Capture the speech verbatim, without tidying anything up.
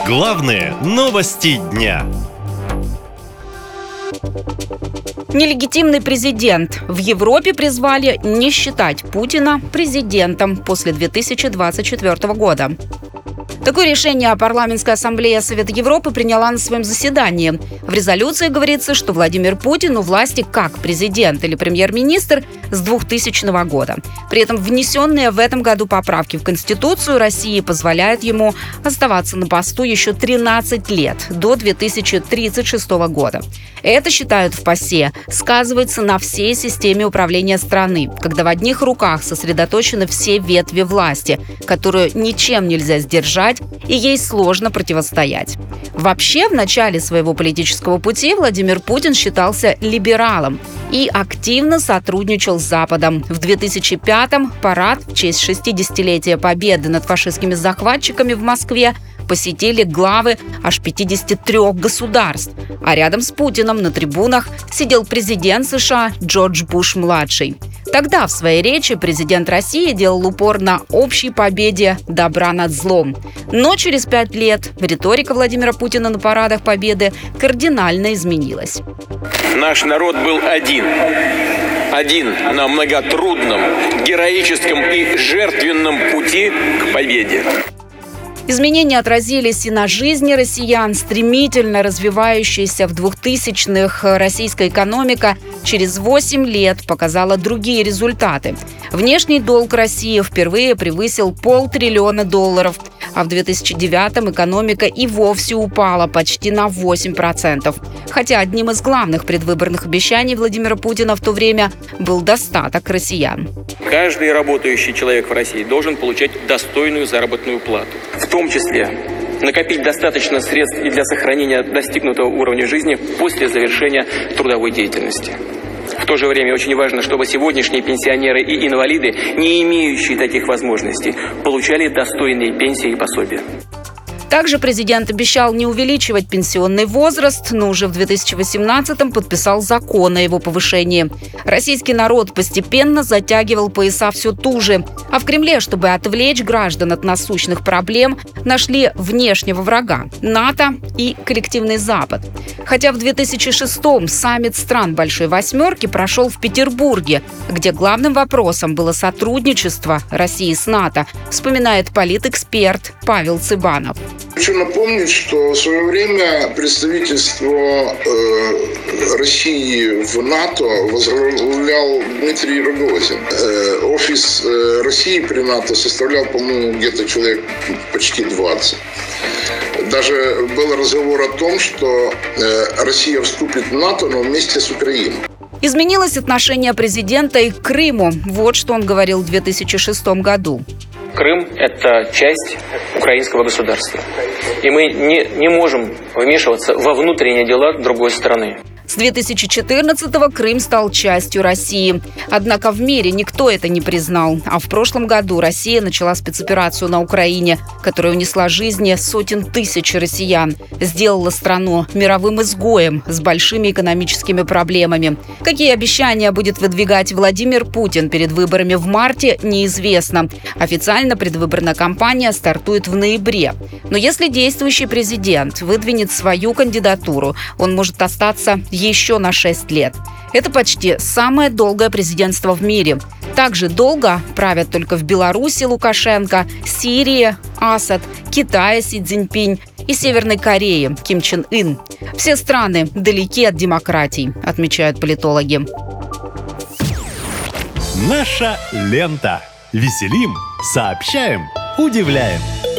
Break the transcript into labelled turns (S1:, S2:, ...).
S1: Главные новости дня.
S2: Нелегитимный президент. В Европе призвали не считать Путина президентом после две тысячи двадцать четвёртого года. Такое решение парламентская ассамблея Совета Европы приняла на своем заседании. В резолюции говорится, что Владимир Путин у власти как президент или премьер-министр с двухтысячного года. При этом внесенные в этом году поправки в Конституцию России позволяют ему оставаться на посту еще тринадцать лет, до две тысячи тридцать шестого года. Это, считают в ПАСЕ, сказывается на всей системе управления страны, когда в одних руках сосредоточены все ветви власти, которую ничем нельзя сдержать, и ей сложно противостоять. Вообще, в начале своего политического пути Владимир Путин считался либералом и активно сотрудничал с Западом. В две тысячи пятом парад в честь шестидесятилетия победы над фашистскими захватчиками в Москве посетили главы аж пятидесяти трёх государств, а рядом с Путиным на трибунах сидел президент США Джордж Буш-младший. Тогда в своей речи президент России делал упор на общей победе добра над злом. Но через пять лет риторика Владимира Путина на парадах победы кардинально изменилась.
S3: Наш народ был один. Один на многотрудном, героическом и жертвенном пути к победе.
S2: Изменения отразились и на жизни россиян. Стремительно развивающаяся в двухтысячных российская экономика через восемь лет показала другие результаты. Внешний долг России впервые превысил полтриллиона долларов, а в две тысячи девятом экономика и вовсе упала почти на восемь процентов. Хотя одним из главных предвыборных обещаний Владимира Путина в то время был достаток россиян.
S3: Каждый работающий человек в России должен получать достойную заработную плату. В том числе накопить достаточно средств и для сохранения достигнутого уровня жизни после завершения трудовой деятельности. В то же время очень важно, чтобы сегодняшние пенсионеры и инвалиды, не имеющие таких возможностей, получали достойные пенсии и пособия.
S2: Также президент обещал не увеличивать пенсионный возраст, но уже в две тысячи восемнадцатом подписал закон о его повышении. Российский народ постепенно затягивал пояса все туже. А в Кремле, чтобы отвлечь граждан от насущных проблем, нашли внешнего врага – НАТО и коллективный Запад. Хотя в две тысячи шестом саммит стран Большой Восьмерки прошел в Петербурге, где главным вопросом было сотрудничество России с НАТО, вспоминает политэксперт Павел Цыбанов.
S4: Хочу напомнить, что в свое время представительство э, России в НАТО возглавлял Дмитрий Рогозин. Э, офис э, России при НАТО составлял, по-моему, где-то человек почти двадцать. Даже был разговор о том, что э, Россия вступит в НАТО, но вместе с Украиной.
S2: Изменилось отношение президента и к Крыму. Вот что он говорил в две тысячи шестом году.
S3: Крым – это часть украинского государства. И мы не, не можем вмешиваться во внутренние дела другой страны.
S2: С две тысячи четырнадцатого Крым стал частью России. Однако в мире никто это не признал. А в прошлом году Россия начала спецоперацию на Украине, которая унесла жизни сотен тысяч россиян, сделала страну мировым изгоем с большими экономическими проблемами. Какие обещания будет выдвигать Владимир Путин перед выборами в марте, неизвестно. Официально предвыборная кампания стартует в ноябре. Но если действующий президент выдвинет свою кандидатуру, он может остаться еще на шесть лет. Это почти самое долгое президентство в мире. Также долго правят только в Беларуси Лукашенко, Сирии Асад, Китае Си Цзиньпинь и Северной Корее Ким Чен Ын. Все страны далеки от демократий, отмечают политологи.
S1: Наша лента. Веселим, сообщаем, удивляем.